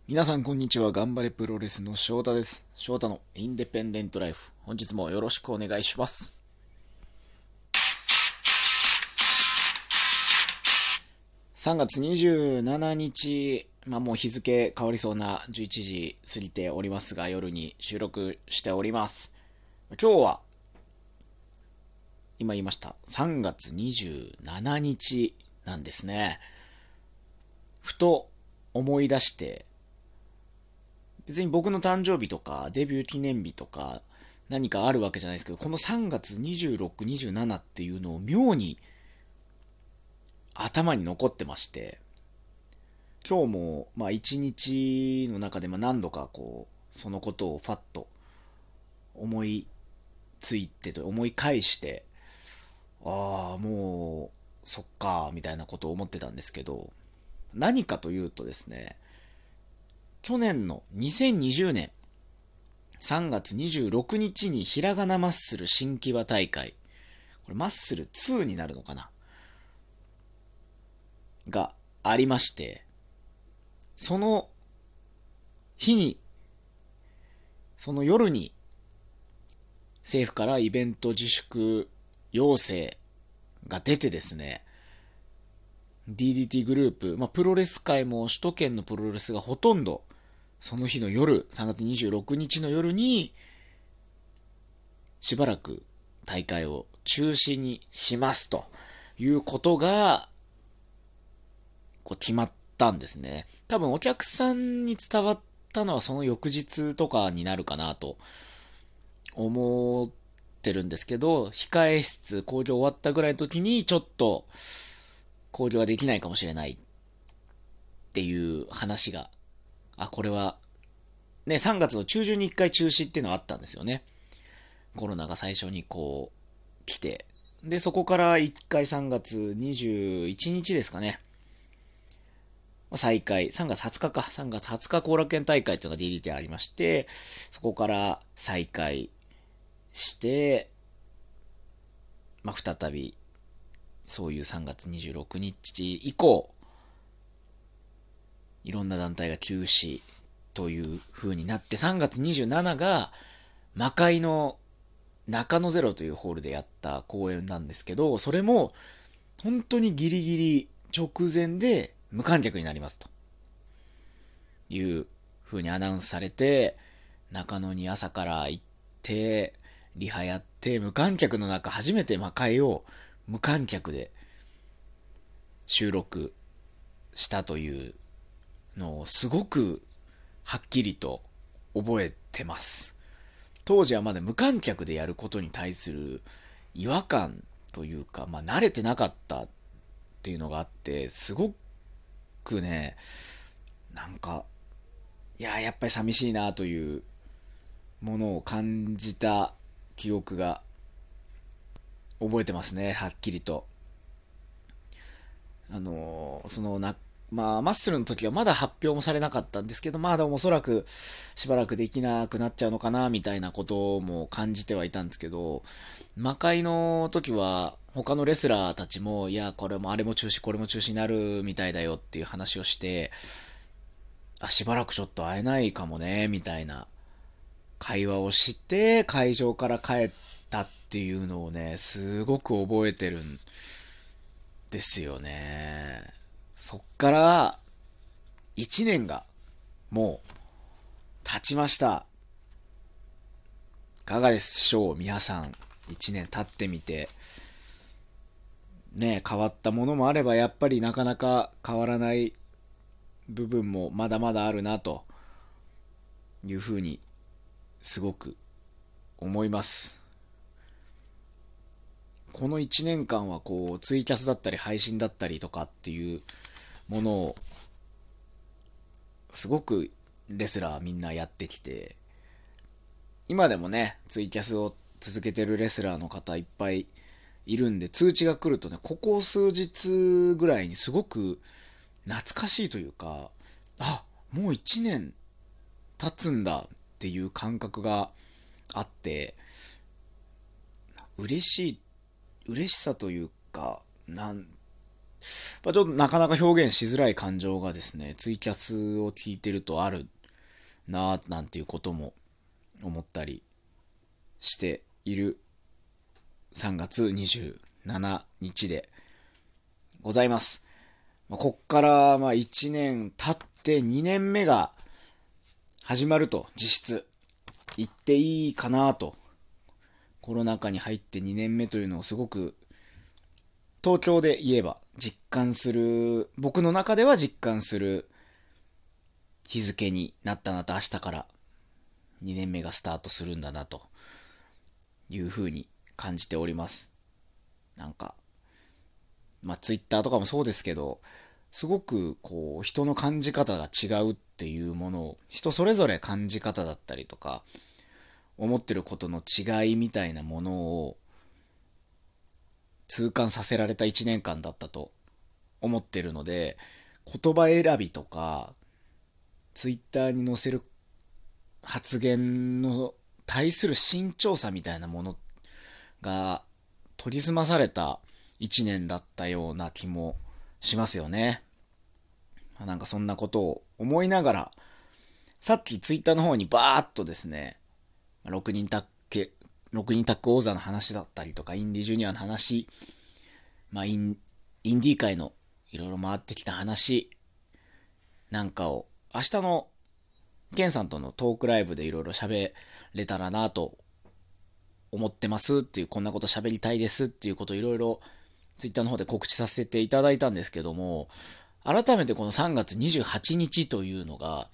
皆さんこんにちは。頑張れプロレスの翔太です。翔太のインデペンデントライフ。本日もよろしくお願いします。3月27日、もう日付変わりそうな11時過ぎておりますが、夜に収録しております。今日は、今言いました、3月27日なんですね。ふと思い出して、別に僕の誕生日とかデビュー記念日とか何かあるわけじゃないですけど、この3月26、27っていうのを妙に頭に残ってまして、今日も一日の中で何度かそのことをファッと思いついてと思い返して、ああ、もう、そっか、みたいなことを思ってたんですけど、何かというとですね、去年の2020年3月26日にひらがなマッスル新木場大会、これマッスル2になるのかながありまして、その日に、その夜に政府からイベント自粛要請が出てですね、DDT グループ、プロレス界も首都圏のプロレスがほとんどその日の夜、3月26日の夜にしばらく大会を中止にしますということが決まったんですね。多分お客さんに伝わったのはその翌日とかになるかなと思ってるんですけど、控え室工場終わったぐらいの時にちょっと工場ができないかもしれないっていう話が、これはね、3月の中旬に1回中止っていうのがあったんですよね。コロナが最初に来て。で、そこから1回3月21日ですかね。再開、3月20日か、3月20日後楽園大会というのが DDT ありまして、そこから再開して、再び、そういう3月26日以降、いろんな団体が休止という風になって、3月27が魔界の中野ゼロというホールでやった公演なんですけど、それも本当にギリギリ直前で無観客になりますという風にアナウンスされて、中野に朝から行って、リハやって、無観客の中初めて魔界を無観客で収録したというのをすごくはっきりと覚えてます。当時はまだ無観客でやることに対する違和感というか、慣れてなかったっていうのがあって、すごくね、なんか、やっぱり寂しいなというものを感じた記憶が覚えてますね、はっきりと。そのな、マッスルの時はまだ発表もされなかったんですけど、でもおそらくしばらくできなくなっちゃうのかな、みたいなことも感じてはいたんですけど、魔界の時は他のレスラーたちも、いや、これもあれも中止、これも中止になるみたいだよっていう話をして、しばらくちょっと会えないかもね、みたいな会話をして会場から帰ったっていうのをね、すごく覚えてるんですよね。そっから1年がもう経ちました。いかがでしょう皆さん。1年経ってみて。ね、変わったものもあればやっぱりなかなか変わらない部分もまだまだあるなというふうにすごく思います。この1年間はツイキャスだったり配信だったりとかっていうものをすごくレスラーみんなやってきて、今でもね、ツイキャスを続けてるレスラーの方いっぱいいるんで、通知が来るとね、ここ数日ぐらいにすごく懐かしいというか、もう1年経つんだっていう感覚があって、嬉しい、嬉しさというか、 ちょっとなかなか表現しづらい感情がですね、ツイキャスを聞いてるとあるなぁなんていうことも思ったりしている3月27日でございます。こっから1年経って2年目が始まると実質言っていいかなと。コロナ禍に入って2年目というのをすごく東京で言えば実感する、僕の中では実感する日付になったなと、明日から2年目がスタートするんだなというふうに感じております。なんか、ツイッターとかもそうですけど、すごくこう人の感じ方が違うっていうものを、人それぞれ感じ方だったりとか、思ってることの違いみたいなものを痛感させられた1年間だったと思ってるので、言葉選びとか、ツイッターに載せる発言の対する慎重さみたいなものが取り澄まされた1年だったような気もしますよね。なんかそんなことを思いながら、さっきツイッターの方にバーっとですね、6人タッグ王座の話だったりとか、インディジュニアの話、インディー界のいろいろ回ってきた話なんかを、明日のケンさんとのトークライブでいろいろ喋れたらなと思ってますっていう、こんなこと喋りたいですっていうことをいろいろツイッターの方で告知させていただいたんですけども、改めてこの3月28日というのが、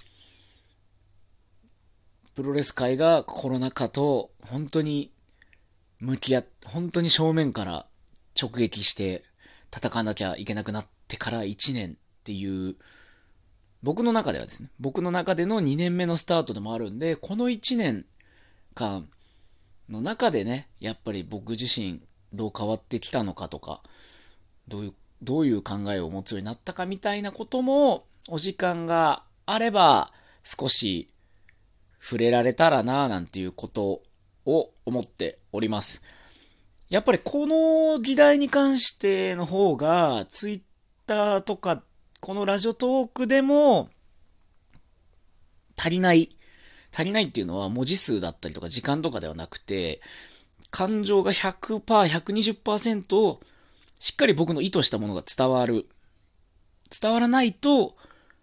プロレス界がコロナ禍と本当に本当に正面から直撃して戦わなきゃいけなくなってから1年っていう、僕の中ではですね、僕の中での2年目のスタートでもあるんで、この1年間の中でね、やっぱり僕自身どう変わってきたのかとか、どういう考えを持つようになったかみたいなことも、お時間があれば少し触れられたらなぁなんていうことを思っております。やっぱりこの時代に関しての方が、ツイッターとか、このラジオトークでも、足りないっていうのは文字数だったりとか時間とかではなくて、感情が 100%、120% しっかり僕の意図したものが伝わらないと、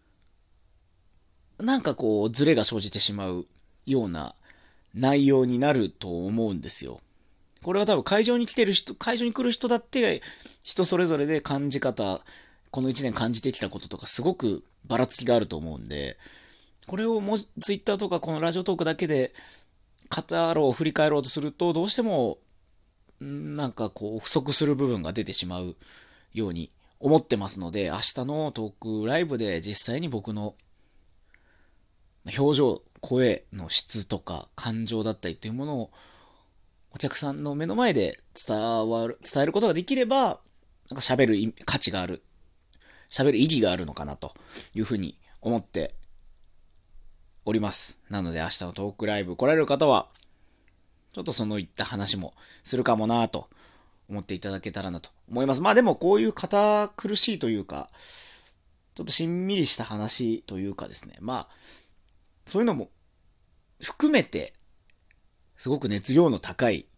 なんかこう、ズレが生じてしまうような内容になると思うんですよ。これは多分会場に来る人だって人それぞれで感じ方、この1年感じてきたこととかすごくばらつきがあると思うんで、これをツイッターとかこのラジオトークだけで振り返ろうとすると、どうしてもなんかこう不足する部分が出てしまうように思ってますので、明日のトークライブで実際に僕の表情、声の質とか感情だったりっていうものをお客さんの目の前で伝えることができれば、なんか喋る価値がある、喋る意義があるのかなというふうに思っております。なので明日のトークライブ来られる方は、ちょっとそのいった話もするかもなぁと思っていただけたらなと思います。でもこういう堅苦しいというか、ちょっとしんみりした話というかですね。そういうのも含めて、すごく熱量の高い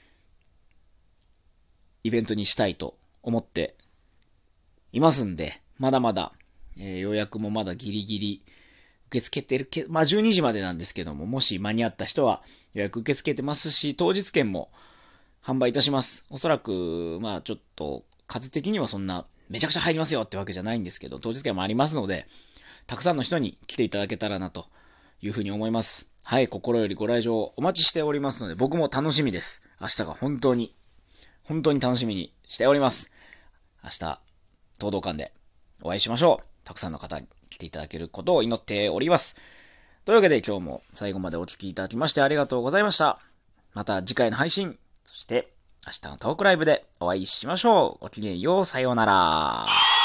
イベントにしたいと思っていますんで、まだまだ、予約もまだギリギリ受け付けてる12時までなんですけども、もし間に合った人は予約受け付けてますし、当日券も販売いたします。おそらく、ちょっと、数的にはそんな、めちゃくちゃ入りますよってわけじゃないんですけど、当日券もありますので、たくさんの人に来ていただけたらなというふうに思います。はい、心よりご来場お待ちしておりますので、僕も楽しみです。明日が本当に楽しみにしております。明日、東道館でお会いしましょう。たくさんの方に来ていただけることを祈っております。というわけで今日も最後までお聞きいただきましてありがとうございました。また次回の配信、そして明日のトークライブでお会いしましょう。ごきげんよう、さようなら。